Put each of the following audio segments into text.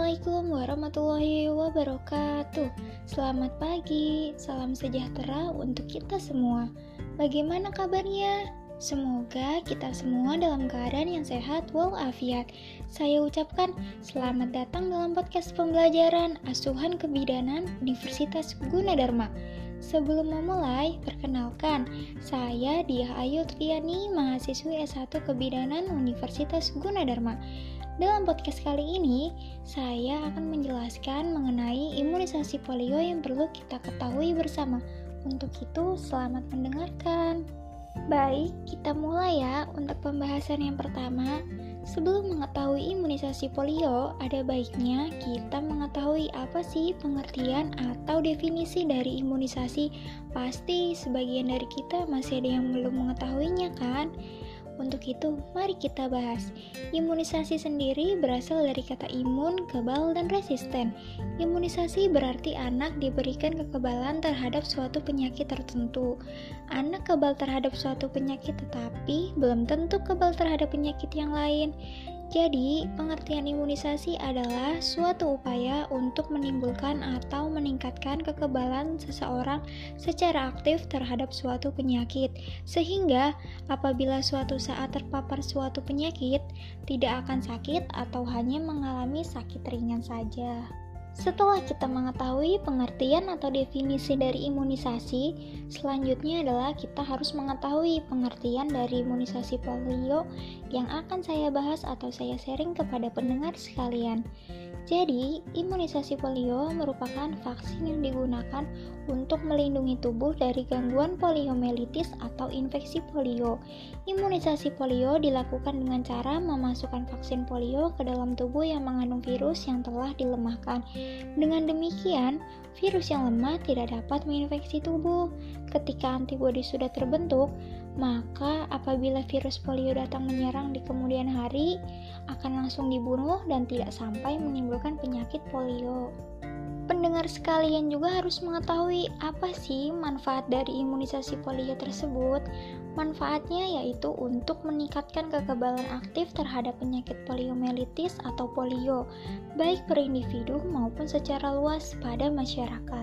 Assalamualaikum warahmatullahi wabarakatuh. Selamat pagi, salam sejahtera untuk kita semua. Bagaimana kabarnya? Semoga kita semua dalam keadaan yang sehat walafiat. Saya ucapkan selamat datang dalam podcast pembelajaran Asuhan Kebidanan Universitas Gunadarma. Sebelum memulai, perkenalkan, saya Diah Ayu Triani, mahasiswi S1 Kebidanan Universitas Gunadarma. Dalam podcast kali ini, saya akan menjelaskan mengenai imunisasi polio yang perlu kita ketahui bersama. Untuk itu, selamat mendengarkan. Baik, kita mulai ya untuk pembahasan yang pertama. Sebelum mengetahui imunisasi polio, ada baiknya kita mengetahui apa sih pengertian atau definisi dari imunisasi. Pasti sebagian dari kita masih ada yang belum mengetahuinya kan? Untuk itu, mari kita bahas. Imunisasi sendiri berasal dari kata imun, kebal, dan resisten. Imunisasi berarti anak diberikan kekebalan terhadap suatu penyakit tertentu. Anak kebal terhadap suatu penyakit tetapi belum tentu kebal terhadap penyakit yang lain. Jadi, pengertian imunisasi adalah suatu upaya untuk menimbulkan atau meningkatkan kekebalan seseorang secara aktif terhadap suatu penyakit, sehingga apabila suatu saat terpapar suatu penyakit, tidak akan sakit atau hanya mengalami sakit ringan saja. Setelah kita mengetahui pengertian atau definisi dari imunisasi, selanjutnya adalah kita harus mengetahui pengertian dari imunisasi polio yang akan saya bahas atau saya sharing kepada pendengar sekalian. Jadi, imunisasi polio merupakan vaksin yang digunakan untuk melindungi tubuh dari gangguan poliomyelitis atau infeksi polio. Imunisasi polio dilakukan dengan cara memasukkan vaksin polio ke dalam tubuh yang mengandung virus yang telah dilemahkan. Dengan demikian, virus yang lemah tidak dapat menginfeksi tubuh. Ketika antibodi sudah terbentuk, maka apabila virus polio datang menyerang di kemudian hari, akan langsung dibunuh dan tidak sampai menimbulkan penyakit polio. Pendengar sekalian juga harus mengetahui apa sih manfaat dari imunisasi polio tersebut. Manfaatnya yaitu untuk meningkatkan kekebalan aktif terhadap penyakit poliomyelitis atau polio, baik per individu maupun secara luas pada masyarakat.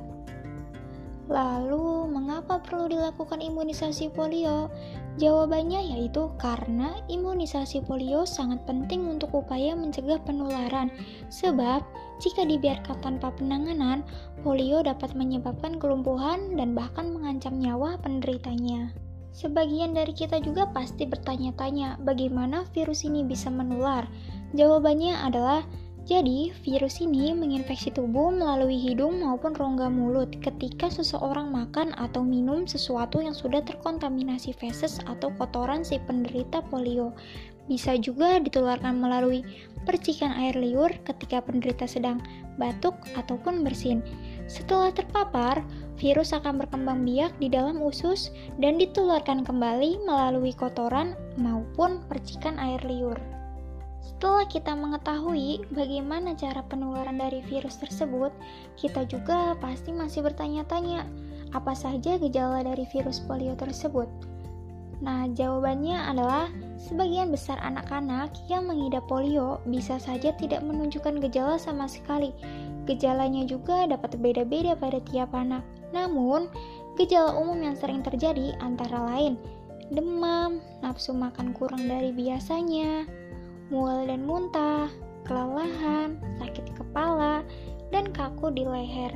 Lalu, mengapa perlu dilakukan imunisasi polio? Jawabannya yaitu karena imunisasi polio sangat penting untuk upaya mencegah penularan. Sebab, jika dibiarkan tanpa penanganan, polio dapat menyebabkan kelumpuhan dan bahkan mengancam nyawa penderitanya. Sebagian dari kita juga pasti bertanya-tanya, bagaimana virus ini bisa menular? Jawabannya adalah, jadi, virus ini menginfeksi tubuh melalui hidung maupun rongga mulut ketika seseorang makan atau minum sesuatu yang sudah terkontaminasi feses atau kotoran si penderita polio. Bisa juga ditularkan melalui percikan air liur ketika penderita sedang batuk ataupun bersin. Setelah terpapar, virus akan berkembang biak di dalam usus dan ditularkan kembali melalui kotoran maupun percikan air liur. Setelah kita mengetahui bagaimana cara penularan dari virus tersebut, kita juga pasti masih bertanya-tanya, apa saja gejala dari virus polio tersebut? Nah, jawabannya adalah sebagian besar anak-anak yang mengidap polio bisa saja tidak menunjukkan gejala sama sekali. Gejalanya juga dapat berbeda-beda pada tiap anak. Namun, gejala umum yang sering terjadi antara lain demam, nafsu makan kurang dari biasanya, mual dan muntah, kelelahan, sakit kepala, dan kaku di leher.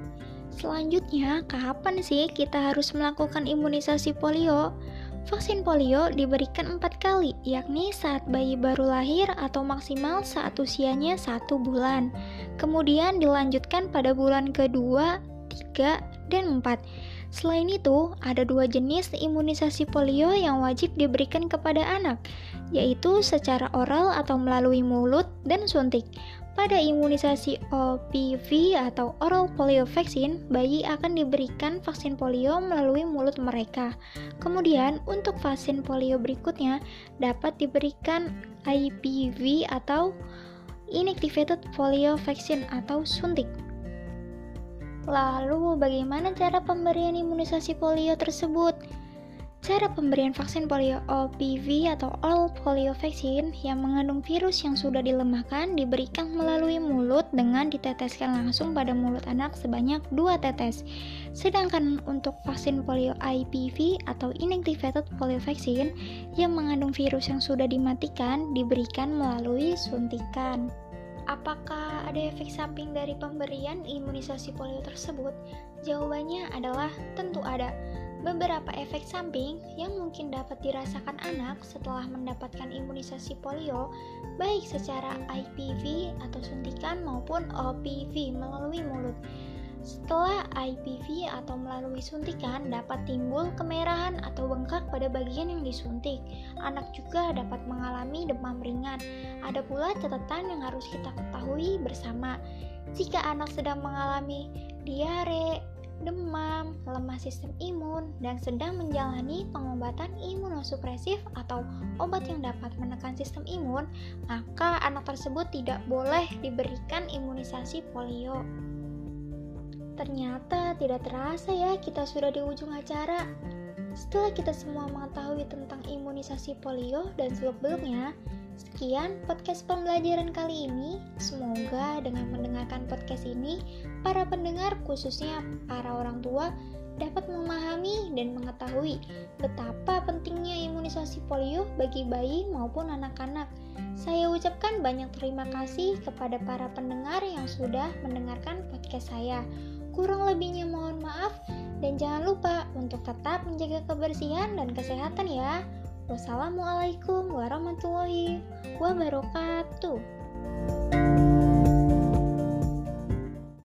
Selanjutnya, kapan sih kita harus melakukan imunisasi polio? Vaksin polio diberikan 4 kali, yakni saat bayi baru lahir atau maksimal saat usianya 1 bulan. Kemudian dilanjutkan pada bulan kedua, 3, dan 4. Selain itu, ada 2 jenis imunisasi polio yang wajib diberikan kepada anak, yaitu secara oral atau melalui mulut dan suntik. Pada imunisasi OPV atau oral polio vaccine, bayi akan diberikan vaksin polio melalui mulut mereka. Kemudian, untuk vaksin polio berikutnya dapat diberikan IPV atau inactivated polio vaccine atau suntik. Lalu, bagaimana cara pemberian imunisasi polio tersebut? Cara pemberian vaksin polio OPV atau All Polio Vaccine yang mengandung virus yang sudah dilemahkan diberikan melalui mulut dengan diteteskan langsung pada mulut anak sebanyak 2 tetes. Sedangkan untuk vaksin polio IPV atau Inactivated Polio Vaccine yang mengandung virus yang sudah dimatikan diberikan melalui suntikan. Apakah ada efek samping dari pemberian imunisasi polio tersebut? Jawabannya adalah tentu ada. Beberapa efek samping yang mungkin dapat dirasakan anak setelah mendapatkan imunisasi polio, baik secara IPV atau suntikan maupun OPV melalui mulut. Setelah IPV atau melalui suntikan dapat timbul kemerahan atau bengkak pada bagian yang disuntik. Anak juga dapat mengalami demam ringan. Ada pula catatan yang harus kita ketahui bersama. Jika anak sedang mengalami diare, demam, lemah sistem imun, dan sedang menjalani pengobatan imunosupresif atau obat yang dapat menekan sistem imun, maka anak tersebut tidak boleh diberikan imunisasi polio. Ternyata tidak terasa ya kita sudah di ujung acara. Setelah kita semua mengetahui tentang imunisasi polio dan seluk-beluknya, sekian podcast pembelajaran kali ini. Semoga dengan mendengarkan podcast ini, para pendengar khususnya para orang tua dapat memahami dan mengetahui betapa pentingnya imunisasi polio bagi bayi maupun anak-anak. Saya ucapkan banyak terima kasih kepada para pendengar yang sudah mendengarkan podcast saya. Kurang lebihnya mohon maaf dan jangan lupa untuk tetap menjaga kebersihan dan kesehatan ya. Wassalamualaikum warahmatullahi wabarakatuh.